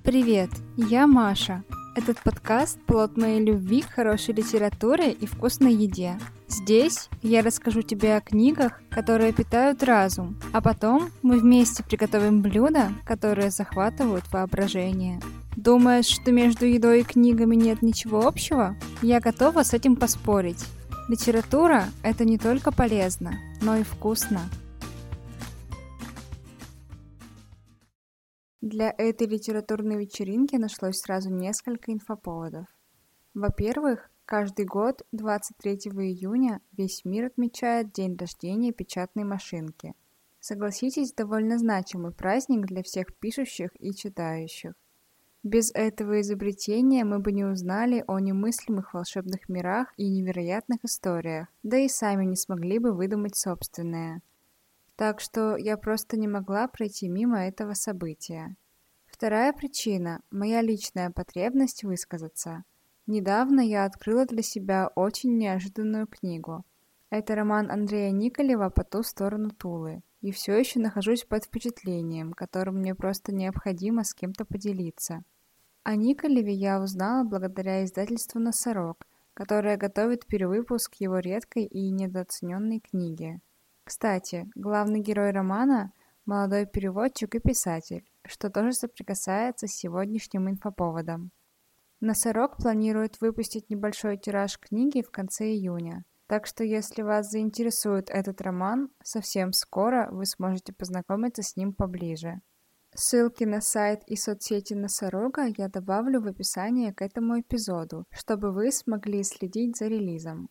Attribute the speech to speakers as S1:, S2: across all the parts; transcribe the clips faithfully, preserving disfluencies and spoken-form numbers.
S1: Привет, я Маша. Этот подкаст – плод моей любви к хорошей литературе и вкусной еде. Здесь я расскажу тебе о книгах, которые питают разум, а потом мы вместе приготовим блюда, которые захватывают воображение. Думаешь, что между едой и книгами нет ничего общего? Я готова с этим поспорить. Литература – это не только полезно, но и вкусно. Для этой литературной вечеринки нашлось сразу несколько инфоповодов. Во-первых, каждый год двадцать третьего июня весь мир отмечает день рождения печатной машинки. Согласитесь, довольно значимый праздник для всех пишущих и читающих. Без этого изобретения мы бы не узнали о немыслимых волшебных мирах и невероятных историях, да и сами не смогли бы выдумать собственное. Так что я просто не могла пройти мимо этого события. Вторая причина – моя личная потребность высказаться. Недавно я открыла для себя очень неожиданную книгу. Это роман Андрея Николева «По ту сторону Тулы». И все еще нахожусь под впечатлением, которым мне просто необходимо с кем-то поделиться. О Николеве я узнала благодаря издательству «Носорог», которое готовит перевыпуск его редкой и недооцененной книги. Кстати, главный герой романа – молодой переводчик и писатель, что тоже соприкасается с сегодняшним инфоповодом. «Носорог» планирует выпустить небольшой тираж книги в конце июня, так что если вас заинтересует этот роман, совсем скоро вы сможете познакомиться с ним поближе. Ссылки на сайт и соцсети «Носорога» я добавлю в описание к этому эпизоду, чтобы вы смогли следить за релизом.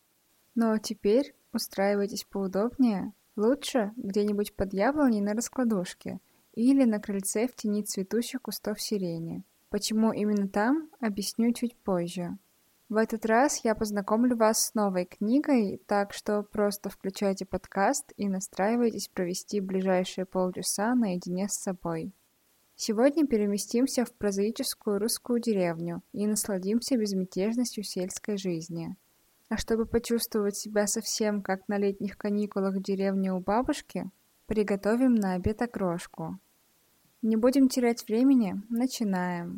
S1: Ну а теперь устраивайтесь поудобнее, лучше где-нибудь под яблоней на раскладушке или на крыльце в тени цветущих кустов сирени. Почему именно там, объясню чуть позже. В этот раз я познакомлю вас с новой книгой, так что просто включайте подкаст и настраивайтесь провести ближайшие полчаса наедине с собой. Сегодня переместимся в прозаическую русскую деревню и насладимся безмятежностью сельской жизни. А чтобы почувствовать себя совсем как на летних каникулах в деревне у бабушки, приготовим на обед окрошку. Не будем терять времени, начинаем.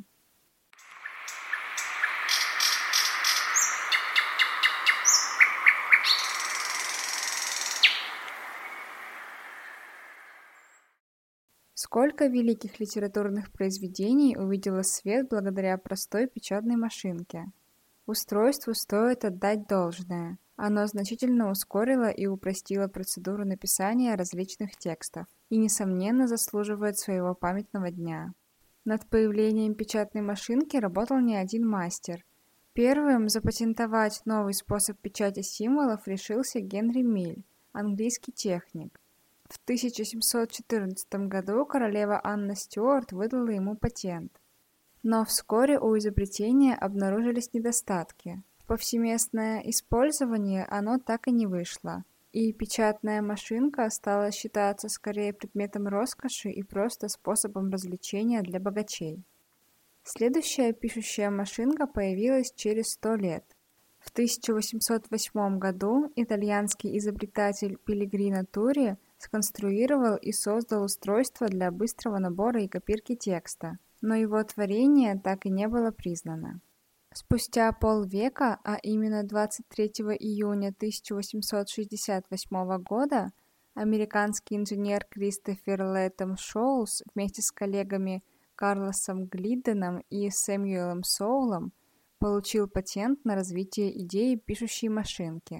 S1: Сколько великих литературных произведений увидело свет благодаря простой печатной машинке. Устройству стоит отдать должное. Оно значительно ускорило и упростило процедуру написания различных текстов и, несомненно, заслуживает своего памятного дня. Над появлением печатной машинки работал не один мастер. Первым запатентовать новый способ печати символов решился Генри Миль, английский техник. В тысяча семьсот четырнадцатом году королева Анна Стюарт выдала ему патент. Но вскоре у изобретения обнаружились недостатки. В повсеместное использование оно так и не вышло, и печатная машинка стала считаться скорее предметом роскоши и просто способом развлечения для богачей. Следующая пишущая машинка появилась через сто лет. В тысяча восемьсот восьмом году итальянский изобретатель Пеллегрино Тури сконструировал и создал устройство для быстрого набора и копирки текста, но его творение так и не было признано. Спустя полвека, а именно двадцать третьего июня тысяча восемьсот шестьдесят восьмого года, американский инженер Кристофер Лэттем Шоулс вместе с коллегами Карлосом Глидденом и Сэмюэлом Соулом получил патент на развитие идеи пишущей машинки.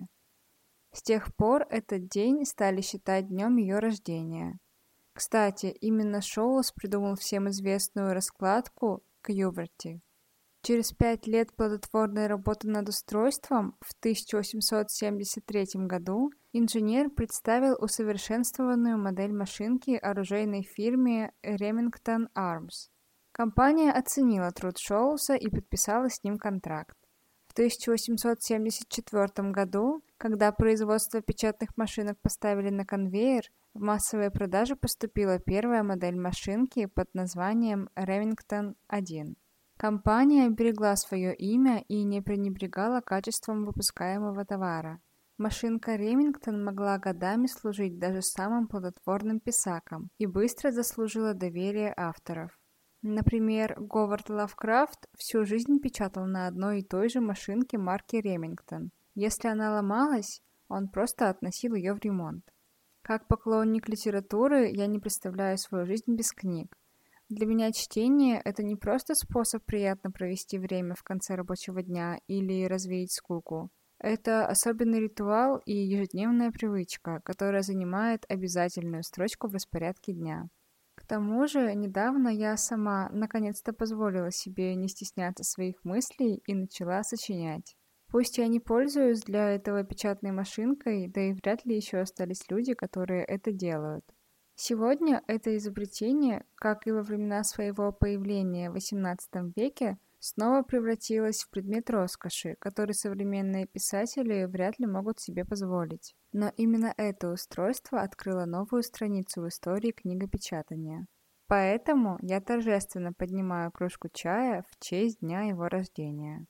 S1: С тех пор этот день стали считать днем ее рождения. Кстати, именно Шоулс придумал всем известную раскладку Кьюверти. Через пять лет плодотворной работы над устройством в тысяча восемьсот семьдесят третьем году инженер представил усовершенствованную модель машинки оружейной фирме Remington Arms. Компания оценила труд Шоулса и подписала с ним контракт. В тысяча восемьсот семьдесят четвёртом году, когда производство печатных машинок поставили на конвейер, в массовые продажи поступила первая модель машинки под названием Remington один. Компания берегла свое имя и не пренебрегала качеством выпускаемого товара. Машинка Remington могла годами служить даже самым плодотворным писакам и быстро заслужила доверие авторов. Например, Говард Лавкрафт всю жизнь печатал на одной и той же машинке марки Ремингтон. Если она ломалась, он просто относил ее в ремонт. Как поклонник литературы, я не представляю свою жизнь без книг. Для меня чтение – это не просто способ приятно провести время в конце рабочего дня или развеять скуку. Это особенный ритуал и ежедневная привычка, которая занимает обязательную строчку в распорядке дня. К тому же, недавно я сама наконец-то позволила себе не стесняться своих мыслей и начала сочинять. Пусть я не пользуюсь для этого печатной машинкой, да и вряд ли еще остались люди, которые это делают. Сегодня это изобретение, как и во времена своего появления в восемнадцатом веке, снова превратилось в предмет роскоши, который современные писатели вряд ли могут себе позволить. Но именно это устройство открыло новую страницу в истории книгопечатания. Поэтому я торжественно поднимаю кружку чая в честь дня его рождения.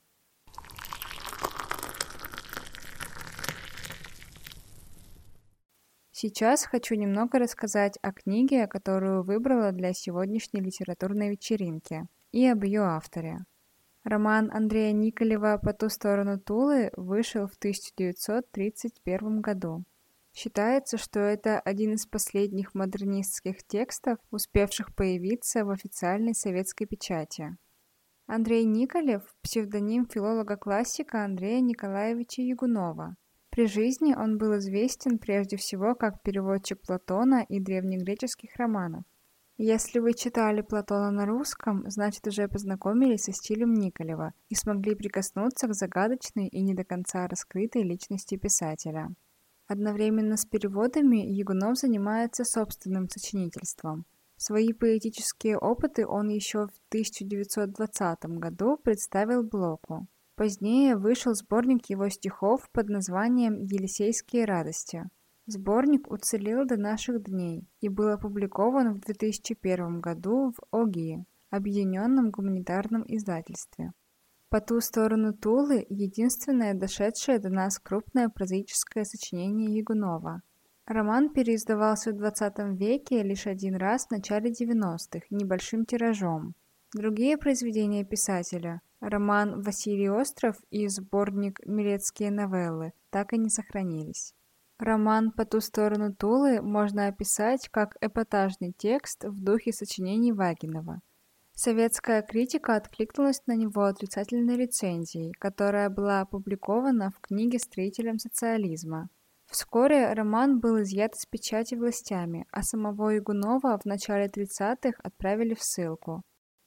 S1: Сейчас хочу немного рассказать о книге, которую выбрала для сегодняшней литературной вечеринки, и об ее авторе. Роман Андрея Николева «По ту сторону Тулы» вышел в тысяча девятьсот тридцать первом году. Считается, что это один из последних модернистских текстов, успевших появиться в официальной советской печати. Андрей Николев – псевдоним филолога-классика Андрея Николаевича Ягунова. При жизни он был известен прежде всего как переводчик Платона и древнегреческих романов. Если вы читали Платона на русском, значит уже познакомились со стилем Николева и смогли прикоснуться к загадочной и не до конца раскрытой личности писателя. Одновременно с переводами Ягунов занимается собственным сочинительством. Свои поэтические опыты он еще в тысяча девятьсот двадцатом году представил Блоку. Позднее вышел сборник его стихов под названием «Елисейские радости». Сборник уцелел до наших дней и был опубликован в две тысячи первом году в ОГИ, Объединенном гуманитарном издательстве. «По ту сторону Тулы» — единственное дошедшее до нас крупное прозаическое сочинение Ягунова. Роман переиздавался в двадцатом веке лишь один раз в начале девяностых небольшим тиражом. Другие произведения писателя – роман «Василий Остров» и сборник «Милецкие новеллы» – так и не сохранились. Роман «По ту сторону Тулы» можно описать как эпатажный текст в духе сочинений Вагинова. Советская критика откликнулась на него отрицательной рецензией, которая была опубликована в книге «Строителям социализма». Вскоре роман был изъят из печати властями, а самого Ягунова в начале тридцатых отправили в ссылку.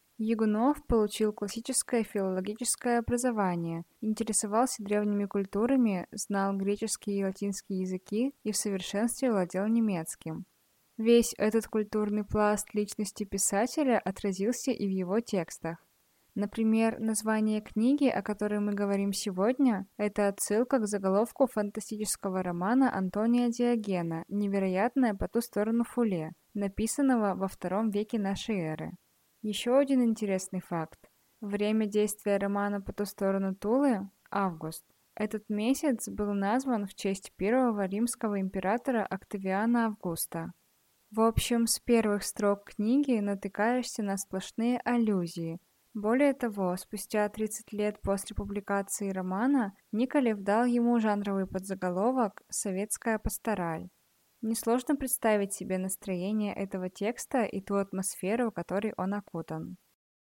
S1: Ягунов получил классическое филологическое образование, интересовался древними культурами, знал греческий и латинский языки и в совершенстве владел немецким. Весь этот культурный пласт личности писателя отразился и в его текстах. Например, название книги, о которой мы говорим сегодня, это отсылка к заголовку фантастического романа Антония Диогена «Невероятное по ту сторону Фуле», написанного во втором веке нашей эры. Еще один интересный факт. Время действия романа «По ту сторону Тулы» – август. Этот месяц был назван в честь первого римского императора Октавиана Августа. В общем, с первых строк книги натыкаешься на сплошные аллюзии. Более того, спустя тридцать лет после публикации романа Николев дал ему жанровый подзаголовок «Советская пастораль». Несложно представить себе настроение этого текста и ту атмосферу, которой он окутан.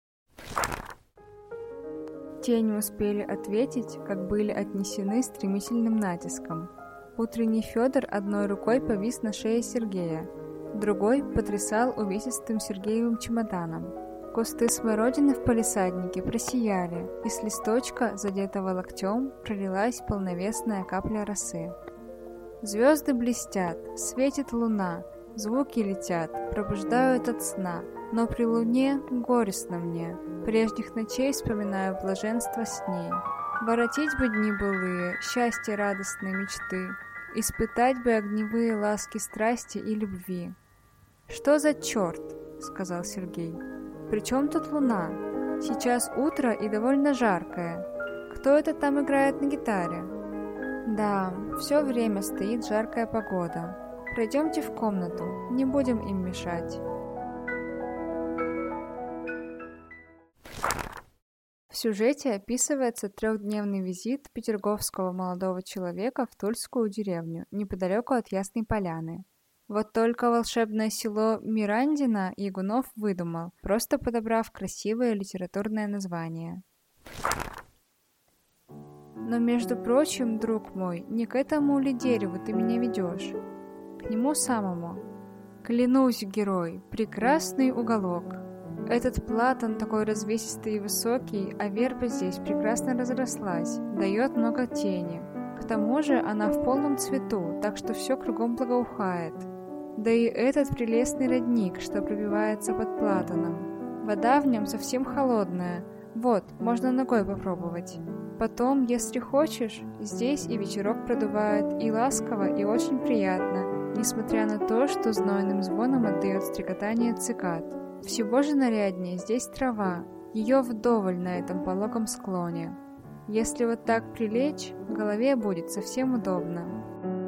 S1: Те не успели ответить, как были отнесены стремительным натиском. Утренний Федор одной рукой повис на шее Сергея, другой потрясал увесистым Сергеевым чемоданом. Кусты смородины в палисаднике просияли, и с листочка, задетого локтем, пролилась полновесная капля росы. Звезды блестят, светит луна, звуки летят, пробуждают от сна, но при луне горестно мне, прежних ночей вспоминаю блаженство с ней. Воротить бы дни былые, счастье радостной мечты, испытать бы огневые ласки страсти и любви. «Что за черт?» — сказал Сергей. «При чем тут луна? Сейчас утро и довольно жаркое. Кто это там играет на гитаре?» «Да, все время стоит жаркая погода. Пройдемте в комнату, не будем им мешать». В сюжете описывается трехдневный визит петерговского молодого человека в Тульскую деревню, неподалеку от Ясной Поляны. Вот только волшебное село Мирандино Ягунов выдумал, просто подобрав красивое литературное название. Но, между прочим, друг мой, не к этому ли дереву ты меня ведешь? К нему самому. Клянусь, герой, прекрасный уголок. Этот платан такой развесистый и высокий, а верба здесь прекрасно разрослась, дает много тени. К тому же она в полном цвету, так что все кругом благоухает. Да и этот прелестный родник, что пробивается под платаном. Вода в нем совсем холодная, вот, можно ногой попробовать. Потом, если хочешь, здесь и ветерок продувает, и ласково, и очень приятно, несмотря на то, что знойным звоном отдает стрекотание цикад. Всего же наряднее здесь трава, ее вдоволь на этом пологом склоне. Если вот так прилечь, в голове будет совсем удобно.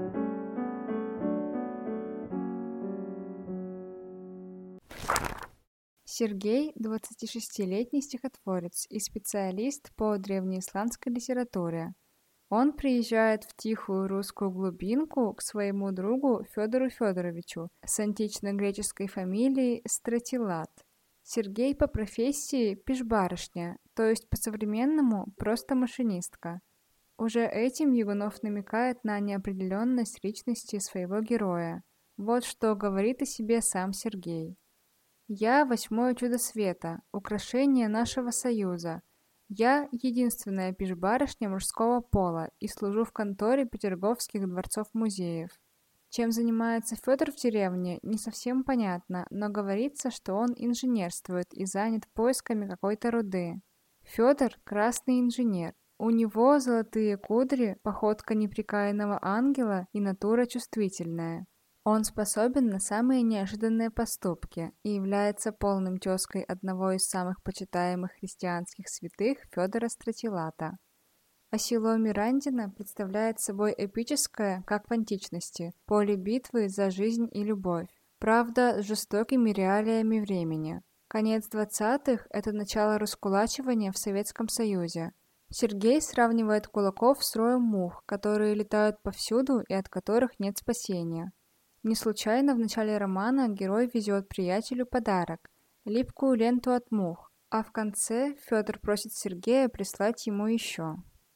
S1: Сергей – двадцатишестилетний стихотворец и специалист по древнеисландской литературе. Он приезжает в тихую русскую глубинку к своему другу Федору Федоровичу с антично-греческой фамилией Стратилат. Сергей по профессии пижбарышня, то есть по-современному просто машинистка. Уже этим Ягунов намекает на неопределенность личности своего героя. Вот что говорит о себе сам Сергей. «Я – восьмое чудо света, украшение нашего союза. Я – единственная пижбарышня мужского пола и служу в конторе петерговских дворцов-музеев». Чем занимается Федор в деревне, не совсем понятно, но говорится, что он инженерствует и занят поисками какой-то руды. Федор – красный инженер. У него золотые кудри, походка непрекаянного ангела и натура чувствительная. Он способен на самые неожиданные поступки и является полным тезкой одного из самых почитаемых христианских святых Федора Стратилата. А село Мирандино представляет собой эпическое, как в античности, поле битвы за жизнь и любовь. Правда, с жестокими реалиями времени. Конец двадцатых – это начало раскулачивания в Советском Союзе. Сергей сравнивает кулаков с роем мух, которые летают повсюду и от которых нет спасения. Не случайно в начале романа герой везет приятелю подарок – липкую ленту от мух, а в конце Федор просит Сергея прислать ему еще.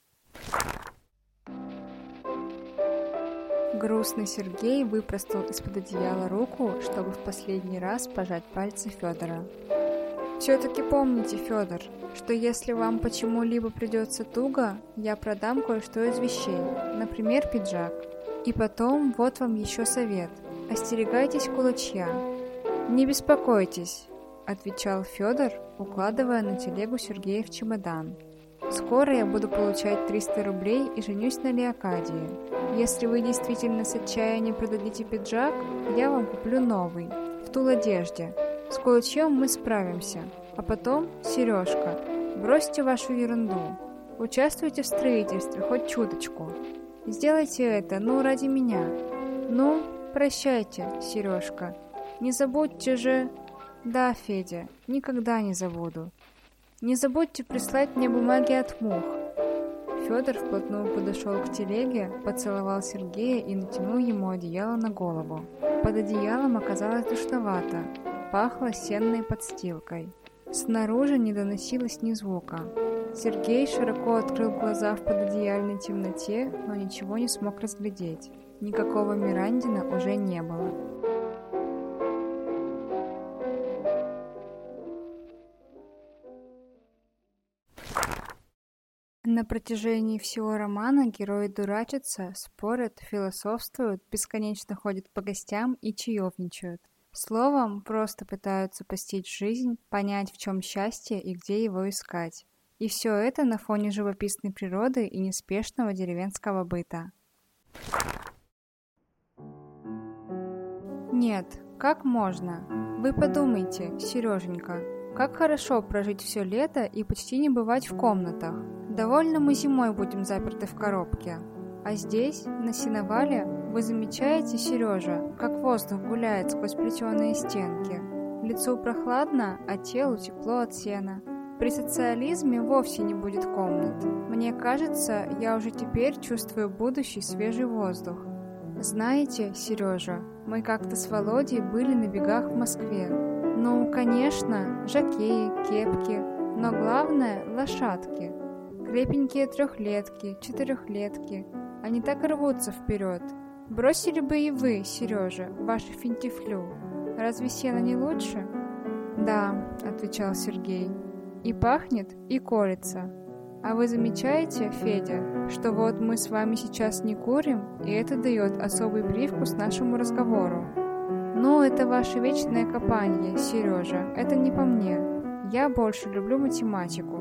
S1: Грустный Сергей выпростал из-под одеяла руку, чтобы в последний раз пожать пальцы Федора. «Все-таки помните, Федор, что если вам почему-либо придется туго, я продам кое-что из вещей, например, пиджак. И потом, вот вам еще совет. Остерегайтесь кулачья». «Не беспокойтесь», — отвечал Федор, укладывая на телегу Сергея в чемодан. «Скоро я буду получать триста рублей и женюсь на Леокадии. Если вы действительно с отчаяния продадите пиджак, я вам куплю новый, в тулодежде. С кулачьем мы справимся. А потом, Сережка, бросьте вашу ерунду. Участвуйте в строительстве хоть чуточку. Сделайте это, ну, ради меня. Ну, прощайте, Сережка. Не забудьте же...» «Да, Федя, никогда не забуду. Не забудьте прислать мне бумаги от мух». Федор вплотную подошел к телеге, поцеловал Сергея и натянул ему одеяло на голову. Под одеялом оказалось душновато, пахло сенной подстилкой. Снаружи не доносилось ни звука. Сергей широко открыл глаза в пододеяльной темноте, но ничего не смог разглядеть. Никакого Мирандина уже не было. На протяжении всего романа герои дурачатся, спорят, философствуют, бесконечно ходят по гостям и чаевничают. Словом, просто пытаются постичь жизнь, понять, в чем счастье и где его искать. И все это на фоне живописной природы и неспешного деревенского быта. Нет, как можно? Вы подумайте, Сереженька, как хорошо прожить все лето и почти не бывать в комнатах. Довольно мы зимой будем заперты в коробке. А здесь, на сеновале, вы замечаете, Сережа, как воздух гуляет сквозь плетеные стенки. Лицу прохладно, а телу тепло от сена. При социализме вовсе не будет комнат. Мне кажется, я уже теперь чувствую будущий свежий воздух. Знаете, Сережа, мы как-то с Володей были на бегах в Москве. Ну, конечно, жокеи, кепки, но главное – лошадки. Крепенькие трехлетки, четырехлетки. Они так и рвутся вперед. Бросили бы и вы, Сережа, ваши финтифлю. Разве сено не лучше? Да, отвечал Сергей. И пахнет, и колется. А вы замечаете, Федя, что вот мы с вами сейчас не курим, и это дает особый привкус нашему разговору? Ну, это ваше вечное копанье, Сережа, это не по мне. Я больше люблю математику.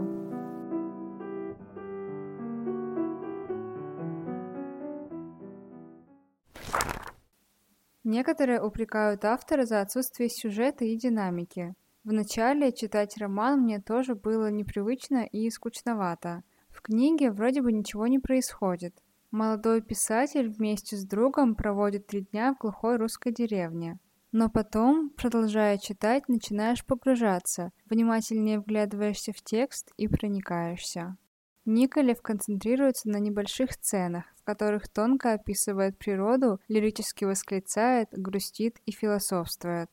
S1: Некоторые упрекают автора за отсутствие сюжета и динамики. Вначале читать роман мне тоже было непривычно и скучновато. В книге вроде бы ничего не происходит. Молодой писатель вместе с другом проводит три дня в глухой русской деревне. Но потом, продолжая читать, начинаешь погружаться, внимательнее вглядываешься в текст и проникаешься. Николев концентрируется на небольших сценах, в которых тонко описывает природу, лирически восклицает, грустит и философствует.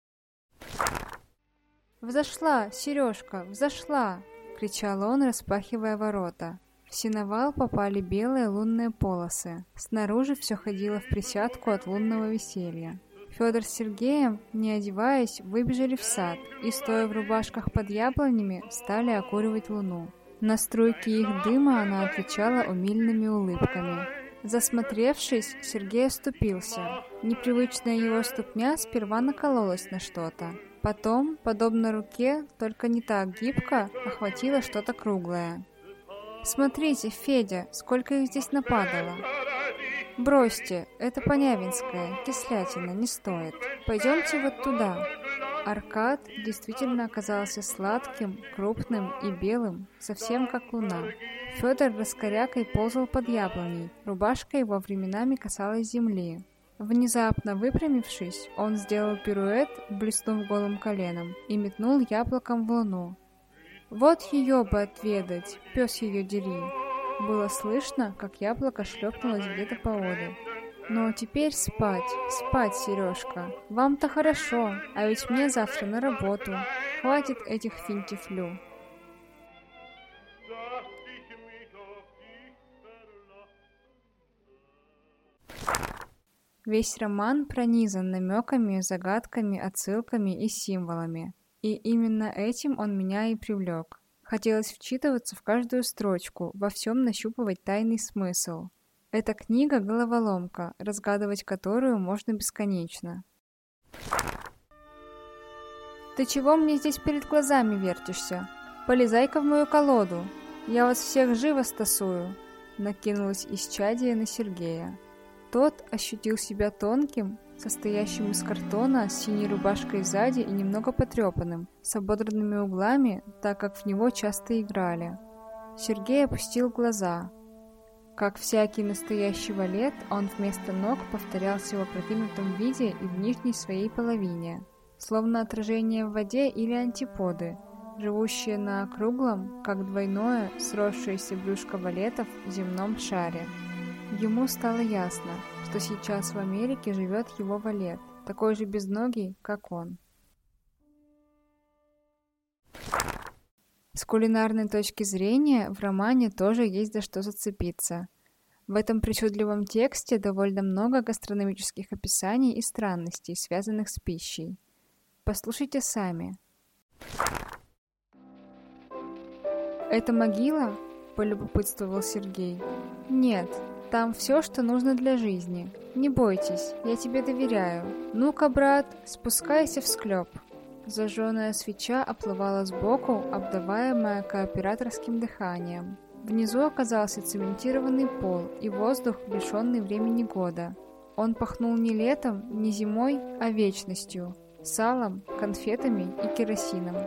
S1: «Взошла, Сережка, взошла!» — кричал он, распахивая ворота. В сеновал попали белые лунные полосы. Снаружи все ходило в присядку от лунного веселья. Федор с Сергеем, не одеваясь, выбежали в сад и, стоя в рубашках под яблонями, стали окуривать луну. На струйки их дыма она отвечала умильными улыбками. Засмотревшись, Сергей оступился. Непривычная его ступня сперва накололась на что-то. Потом, подобно руке, только не так гибко, охватило что-то круглое. «Смотрите, Федя, сколько их здесь нападало!» «Бросьте, это Понявинская, кислятина, не стоит. Пойдемте вот туда». Аркад действительно оказался сладким, крупным и белым, совсем как луна. Федор раскорякой ползал под яблоней, рубашка его временами касалась земли. Внезапно выпрямившись, он сделал пируэт, блеснув голым коленом, и метнул яблоком в луну. «Вот ее бы отведать, пес ее дери!» Было слышно, как яблоко шлепнулось где-то поодаль. «Ну, теперь спать, спать, Сережка. Вам-то хорошо, а ведь мне завтра на работу. Хватит этих финтифлю». Весь роман пронизан намеками, загадками, отсылками и символами. И именно этим он меня и привлек. Хотелось вчитываться в каждую строчку, во всем нащупывать тайный смысл. Эта книга — головоломка, разгадывать которую можно бесконечно. «Ты чего мне здесь перед глазами вертишься? Полезай-ка в мою колоду! Я вас всех живо стасую!» Накинулась исчадие на Сергея. Тот ощутил себя тонким, состоящим из картона, с синей рубашкой сзади и немного потрепанным, с ободранными углами, так как в него часто играли. Сергей опустил глаза. Как всякий настоящий валет, он вместо ног повторялся в опрокинутом виде и в нижней своей половине, словно отражение в воде или антиподы, живущие на круглом, как двойное, сросшееся брюшко валетов в земном шаре. Ему стало ясно, что сейчас в Америке живет его валет, такой же безногий, как он. С кулинарной точки зрения в романе тоже есть за что зацепиться. В этом причудливом тексте довольно много гастрономических описаний и странностей, связанных с пищей. Послушайте сами. «Это могила?» – полюбопытствовал Сергей. «Нет. Там все, что нужно для жизни. Не бойтесь, я тебе доверяю. Ну-ка, брат, спускайся в склеп». Зажженная свеча оплывала сбоку, обдаваемая кооператорским дыханием. Внизу оказался цементированный пол и воздух, лишенный времени года. Он пахнул не летом, не зимой, а вечностью, салом, конфетами и керосином.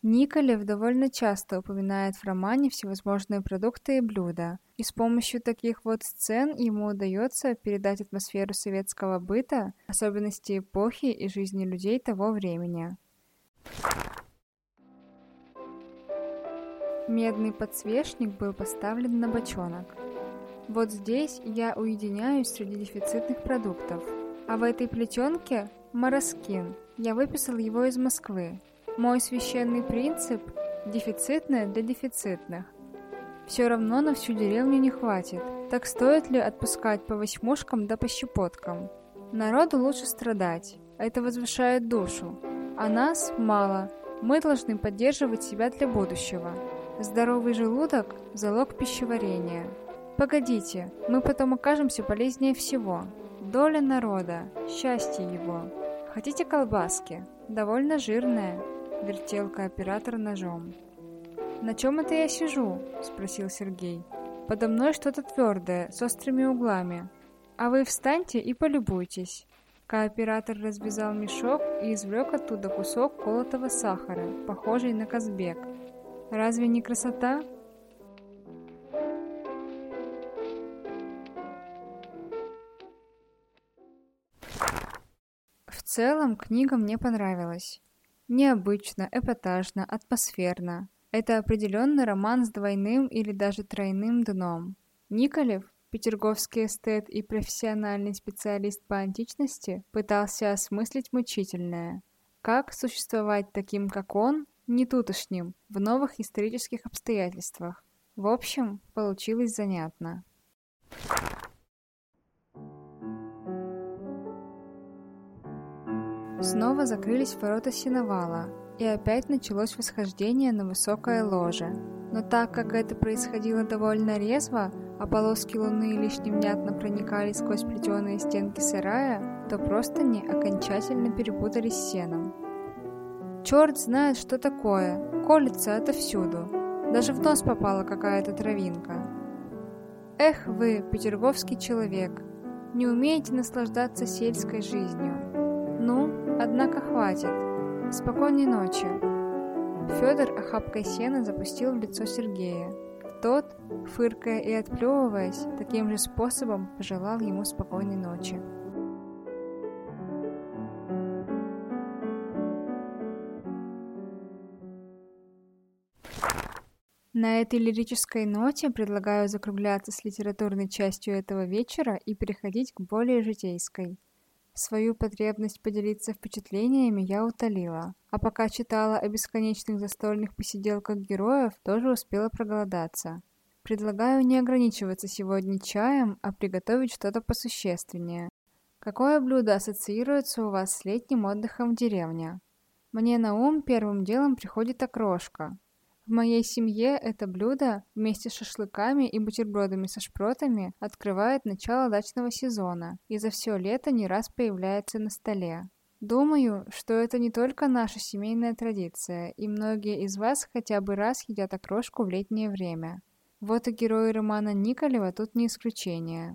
S1: Николев довольно часто упоминает в романе всевозможные продукты и блюда, и с помощью таких вот сцен ему удается передать атмосферу советского быта, особенности эпохи и жизни людей того времени. Медный подсвечник был поставлен на бочонок. Вот здесь я уединяюсь среди дефицитных продуктов. А в этой плетенке мороскин. Я выписал его из Москвы. Мой священный принцип – дефицитное для дефицитных. Все равно на всю деревню не хватит. Так стоит ли отпускать по восьмушкам да по щепоткам? Народу лучше страдать. Это возвышает душу. А нас мало. Мы должны поддерживать себя для будущего. Здоровый желудок – залог пищеварения. Погодите, мы потом окажемся полезнее всего. Доля народа, счастье его. Хотите колбаски? Довольно жирная. Вертел кооператор ножом. «На чем это я сижу?» – спросил Сергей. «Подо мной что-то твердое, с острыми углами. А вы встаньте и полюбуйтесь». Кооператор развязал мешок и извлек оттуда кусок колотого сахара, похожий на казбек. «Разве не красота?» В целом книга мне понравилась. Необычно, эпатажно, атмосферно. Это определенно роман с двойным или даже тройным дном. Николев, петерговский эстет и профессиональный специалист по античности, пытался осмыслить мучительное. Как существовать таким, как он, не тутошним, в новых исторических обстоятельствах. В общем, получилось занятно. Снова закрылись ворота сеновала, и опять началось восхождение на высокое ложе. Но так как это происходило довольно резво, а полоски луны лишь невнятно проникали сквозь плетеные стенки сарая, то простыни окончательно перепутались с сеном. Черт знает, что такое, колется отовсюду. Даже в нос попала какая-то травинка. Эх вы, петерговский человек, не умеете наслаждаться сельской жизнью. Ну, однако хватит. Спокойной ночи. Федор охапкой сена запустил в лицо Сергея. Тот, фыркая и отплевываясь, таким же способом пожелал ему спокойной ночи. На этой лирической ноте предлагаю закругляться с литературной частью этого вечера и переходить к более житейской. Свою потребность поделиться впечатлениями я утолила, а пока читала о бесконечных застольных посиделках героев, тоже успела проголодаться. Предлагаю не ограничиваться сегодня чаем, а приготовить что-то посущественнее. Какое блюдо ассоциируется у вас с летним отдыхом в деревне? Мне на ум первым делом приходит окрошка. В моей семье это блюдо вместе с шашлыками и бутербродами со шпротами открывает начало дачного сезона и за все лето не раз появляется на столе. Думаю, что это не только наша семейная традиция, и многие из вас хотя бы раз едят окрошку в летнее время. Вот и герои романа Николева тут не исключение.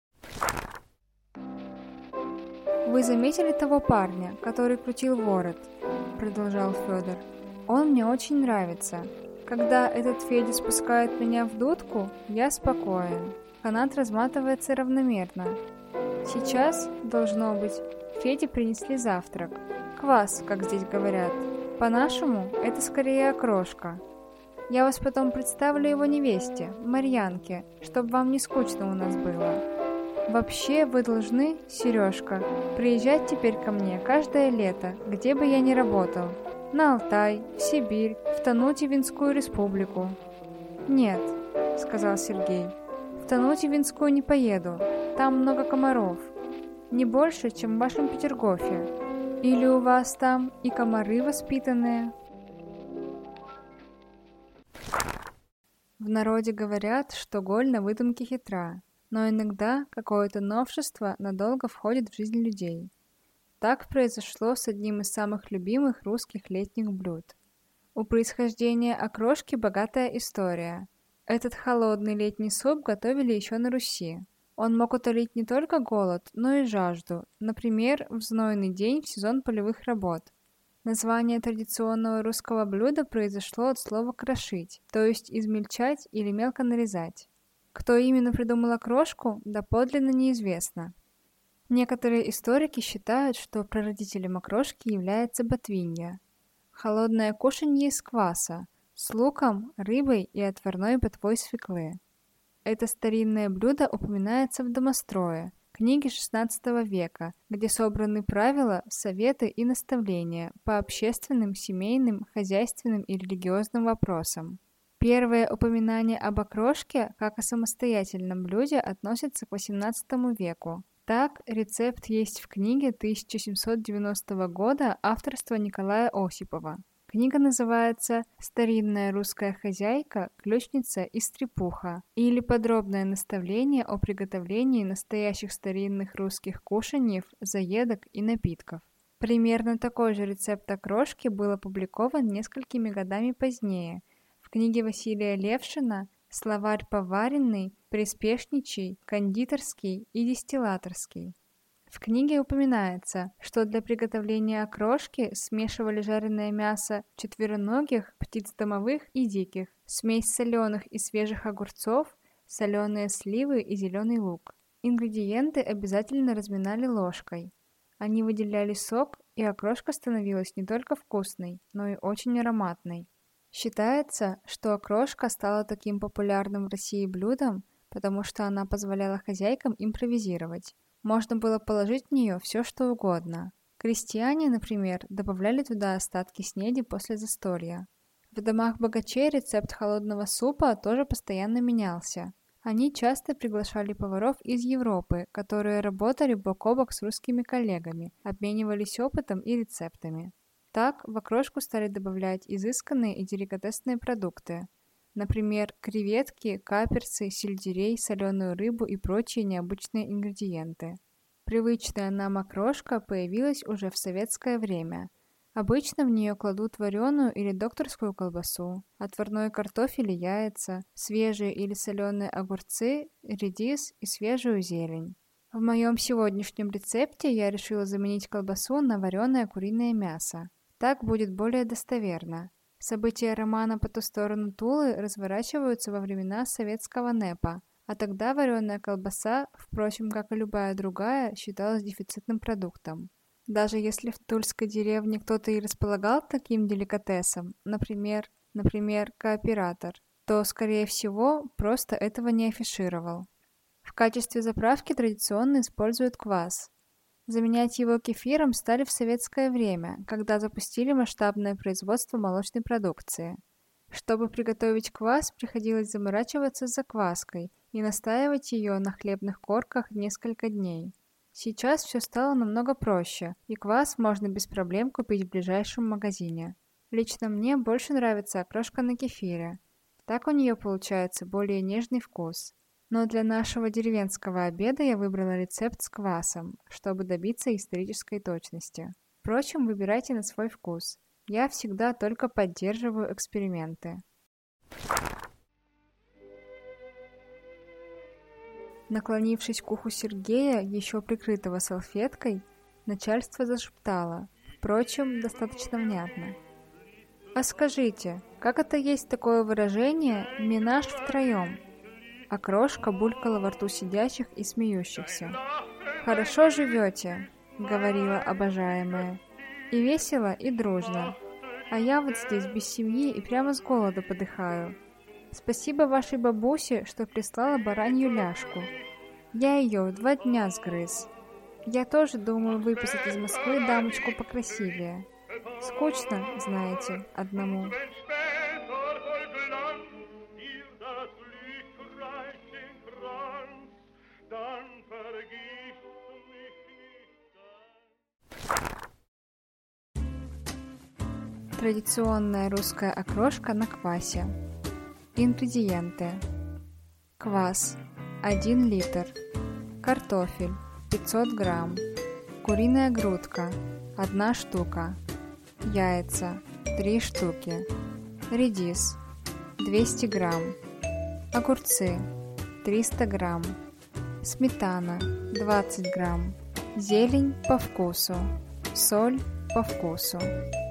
S1: «Вы заметили того парня, который крутил ворот?» – продолжал Федор. «Он мне очень нравится. Когда этот Федя спускает меня в дудку, я спокоен. Канат разматывается равномерно. Сейчас, должно быть, Феде принесли завтрак. Квас, как здесь говорят. По-нашему, это скорее окрошка. Я вас потом представлю его невесте, Марьянке, чтобы вам не скучно у нас было. Вообще, вы должны, Сережка, приезжать теперь ко мне каждое лето, где бы я ни работал. На Алтай, в Сибирь, в Танутьевинскую республику». «Нет», — сказал Сергей, — «в Танутьевинскую не поеду, там много комаров. Не больше, чем в вашем Петергофе. Или у вас там и комары воспитанные?» В народе говорят, что голь на выдумке хитра, но иногда какое-то новшество надолго входит в жизнь людей. Так произошло с одним из самых любимых русских летних блюд. У происхождения окрошки богатая история. Этот холодный летний суп готовили еще на Руси. Он мог утолить не только голод, но и жажду, например, в знойный день в сезон полевых работ. Название традиционного русского блюда произошло от слова «крошить», то есть измельчать или мелко нарезать. Кто именно придумал окрошку, доподлинно неизвестно. Некоторые историки считают, что прародителем окрошки является ботвинья – холодное кушанье из кваса с луком, рыбой и отварной ботвой свеклы. Это старинное блюдо упоминается в «Домострое», книге шестнадцатого века, где собраны правила, советы и наставления по общественным, семейным, хозяйственным и религиозным вопросам. Первое упоминание об окрошке как о самостоятельном блюде относится к восемнадцатому веку. Так, рецепт есть в книге тысяча семьсот девяностого года авторства Николая Осипова. Книга называется «Старинная русская хозяйка, ключница и стрепуха» или «Подробное наставление о приготовлении настоящих старинных русских кушаньев, заедок и напитков». Примерно такой же рецепт окрошки был опубликован несколькими годами позднее в книге Василия Левшина «Словарь поваренный, приспешничий, кондитерский и дистиллаторский». В книге упоминается, что для приготовления окрошки смешивали жареное мясо четвероногих, птиц домовых и диких, смесь соленых и свежих огурцов, соленые сливы и зеленый лук. Ингредиенты обязательно разминали ложкой. Они выделяли сок, и окрошка становилась не только вкусной, но и очень ароматной. Считается, что окрошка стала таким популярным в России блюдом, потому что она позволяла хозяйкам импровизировать. Можно было положить в нее все, что угодно. Крестьяне, например, добавляли туда остатки снеди после застолья. В домах богачей рецепт холодного супа тоже постоянно менялся. Они часто приглашали поваров из Европы, которые работали бок о бок с русскими коллегами, обменивались опытом и рецептами. Так, в окрошку стали добавлять изысканные и деликатесные продукты. Например, креветки, каперсы, сельдерей, соленую рыбу и прочие необычные ингредиенты. Привычная нам окрошка появилась уже в советское время. Обычно в нее кладут вареную или докторскую колбасу, отварной картофель и яйца, свежие или соленые огурцы, редис и свежую зелень. В моем сегодняшнем рецепте я решила заменить колбасу на вареное куриное мясо. Так будет более достоверно. События романа «По ту сторону Тулы» разворачиваются во времена советского НЭПа, а тогда вареная колбаса, впрочем, как и любая другая, считалась дефицитным продуктом. Даже если в тульской деревне кто-то и располагал таким деликатесом, например, например, кооператор, то, скорее всего, просто этого не афишировал. В качестве заправки традиционно используют квас. Заменять его кефиром стали в советское время, когда запустили масштабное производство молочной продукции. Чтобы приготовить квас, приходилось заморачиваться с закваской и настаивать ее на хлебных корках несколько дней. Сейчас все стало намного проще, и квас можно без проблем купить в ближайшем магазине. Лично мне больше нравится окрошка на кефире. Так у нее получается более нежный вкус. Но для нашего деревенского обеда я выбрала рецепт с квасом, чтобы добиться исторической точности. Впрочем, выбирайте на свой вкус. Я всегда только поддерживаю эксперименты. Наклонившись к уху Сергея, еще прикрытого салфеткой, начальство зашептало, впрочем, достаточно внятно. «А скажите, как это есть такое выражение «менаж втроем»?» Окрошка булькала во рту сидящих и смеющихся. «Хорошо живете», — говорила обожаемая, — «и весело, и дружно. А я вот здесь без семьи и прямо с голода подыхаю. Спасибо вашей бабусе, что прислала баранью ляжку. Я ее в два дня сгрыз. Я тоже думаю выписать из Москвы дамочку покрасивее. Скучно, знаете, одному». Традиционная русская окрошка на квасе. Ингредиенты. Квас один литр. Картофель пятьсот грамм. Куриная грудка одна штука. Яйца три штуки. Редис двести грамм. Огурцы триста грамм. Сметана двадцать грамм. Зелень по вкусу. Соль по вкусу.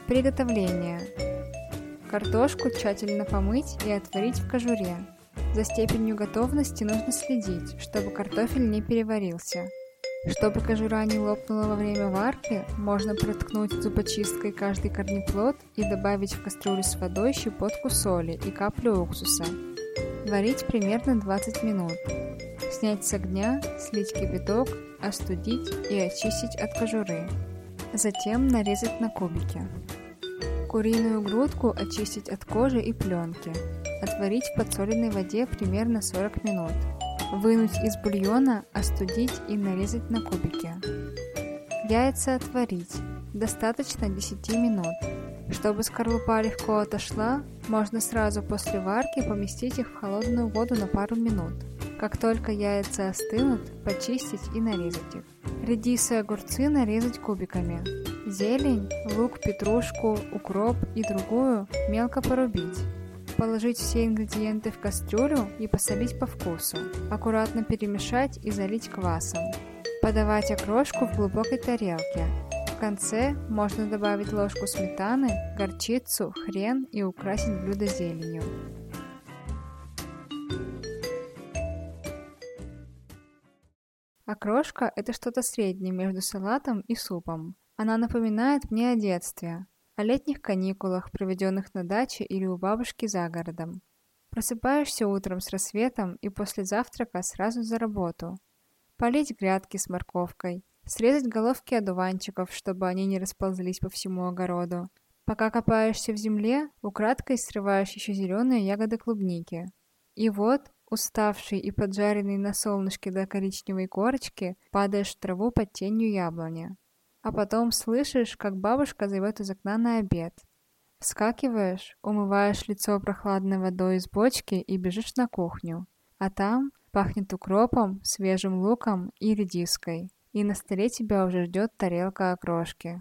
S1: Приготовление. Картошку тщательно помыть и отварить в кожуре. За степенью готовности нужно следить, чтобы картофель не переварился. Чтобы кожура не лопнула во время варки, можно проткнуть зубочисткой каждый корнеплод и добавить в кастрюлю с водой щепотку соли и каплю уксуса. Варить примерно двадцать минут. Снять с огня, слить кипяток, остудить и очистить от кожуры. Затем нарезать на кубики. Куриную грудку очистить от кожи и пленки. Отварить в подсоленной воде примерно сорок минут. Вынуть из бульона, остудить и нарезать на кубики. Яйца отварить. Достаточно десять минут. Чтобы скорлупа легко отошла, можно сразу после варки поместить их в холодную воду на пару минут. Как только яйца остынут, почистить и нарезать их. Редис и огурцы нарезать кубиками. Зелень, лук, петрушку, укроп и другую мелко порубить. Положить все ингредиенты в кастрюлю и посолить по вкусу. Аккуратно перемешать и залить квасом. Подавать окрошку в глубокой тарелке. В конце можно добавить ложку сметаны, горчицу, хрен и украсить блюдо зеленью. Окрошка – это что-то среднее между салатом и супом. Она напоминает мне о детстве, о летних каникулах, проведенных на даче или у бабушки за городом. Просыпаешься утром с рассветом и после завтрака сразу за работу. Полить грядки с морковкой, срезать головки одуванчиков, чтобы они не расползлись по всему огороду. Пока копаешься в земле, украдкой срываешь еще зеленые ягоды клубники. И вот, уставший и поджаренный на солнышке до коричневой корочки, падаешь в траву под тенью яблони. А потом слышишь, как бабушка зовет из окна на обед. Вскакиваешь, умываешь лицо прохладной водой из бочки и бежишь на кухню. А там пахнет укропом, свежим луком и редиской. И на столе тебя уже ждет тарелка окрошки.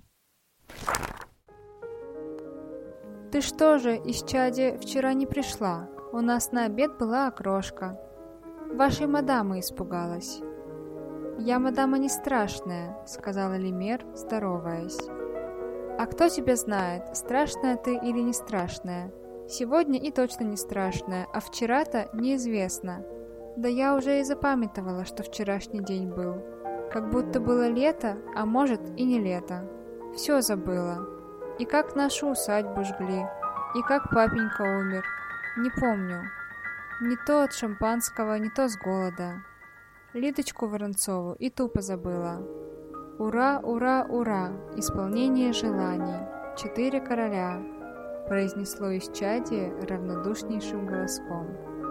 S1: «Ты что же, исчадие, вчера не пришла? У нас на обед была окрошка. Вашей мадамы испугалась». «Я, мадама, не страшная», — сказала Лемер, здороваясь. «А кто тебя знает, страшная ты или не страшная? Сегодня и точно не страшная, а вчера-то неизвестно. Да я уже и запамятовала, что вчерашний день был. Как будто было лето, а может и не лето. Все забыла. И как нашу усадьбу жгли, и как папенька умер. Не помню. Не то от шампанского, не то с голода. Лидочку Воронцову и тупо забыла. Ура, ура, ура, исполнение желаний. Четыре короля», — произнесло исчадие равнодушнейшим голоском.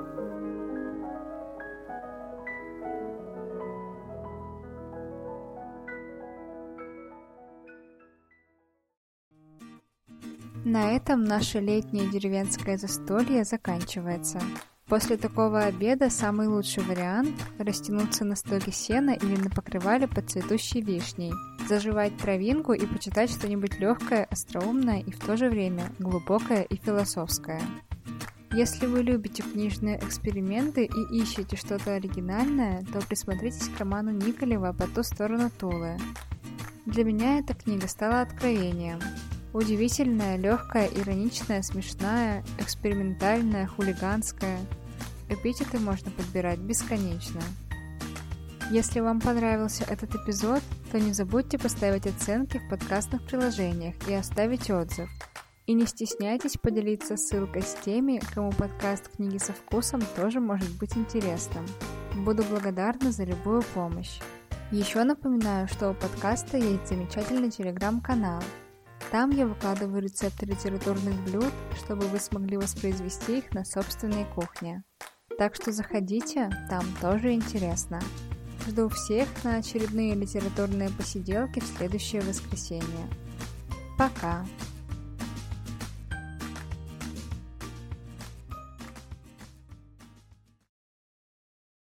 S1: На этом наше летнее деревенское застолье заканчивается. После такого обеда самый лучший вариант – растянуться на стоге сена или на покрывале под цветущей вишней, заживать травинку и почитать что-нибудь легкое, остроумное и в то же время глубокое и философское. Если вы любите книжные эксперименты и ищете что-то оригинальное, то присмотритесь к роману Николева «По ту сторону Тулы». Для меня эта книга стала откровением. Удивительная, легкая, ироничная, смешная, экспериментальная, хулиганская. Эпитеты можно подбирать бесконечно. Если вам понравился этот эпизод, то не забудьте поставить оценки в подкастных приложениях и оставить отзыв. И не стесняйтесь поделиться ссылкой с теми, кому подкаст «Книги со вкусом» тоже может быть интересным. Буду благодарна за любую помощь. Еще напоминаю, что у подкаста есть замечательный телеграм-канал. Там я выкладываю рецепты литературных блюд, чтобы вы смогли воспроизвести их на собственной кухне. Так что заходите, там тоже интересно. Жду всех на очередные литературные посиделки в следующее воскресенье. Пока!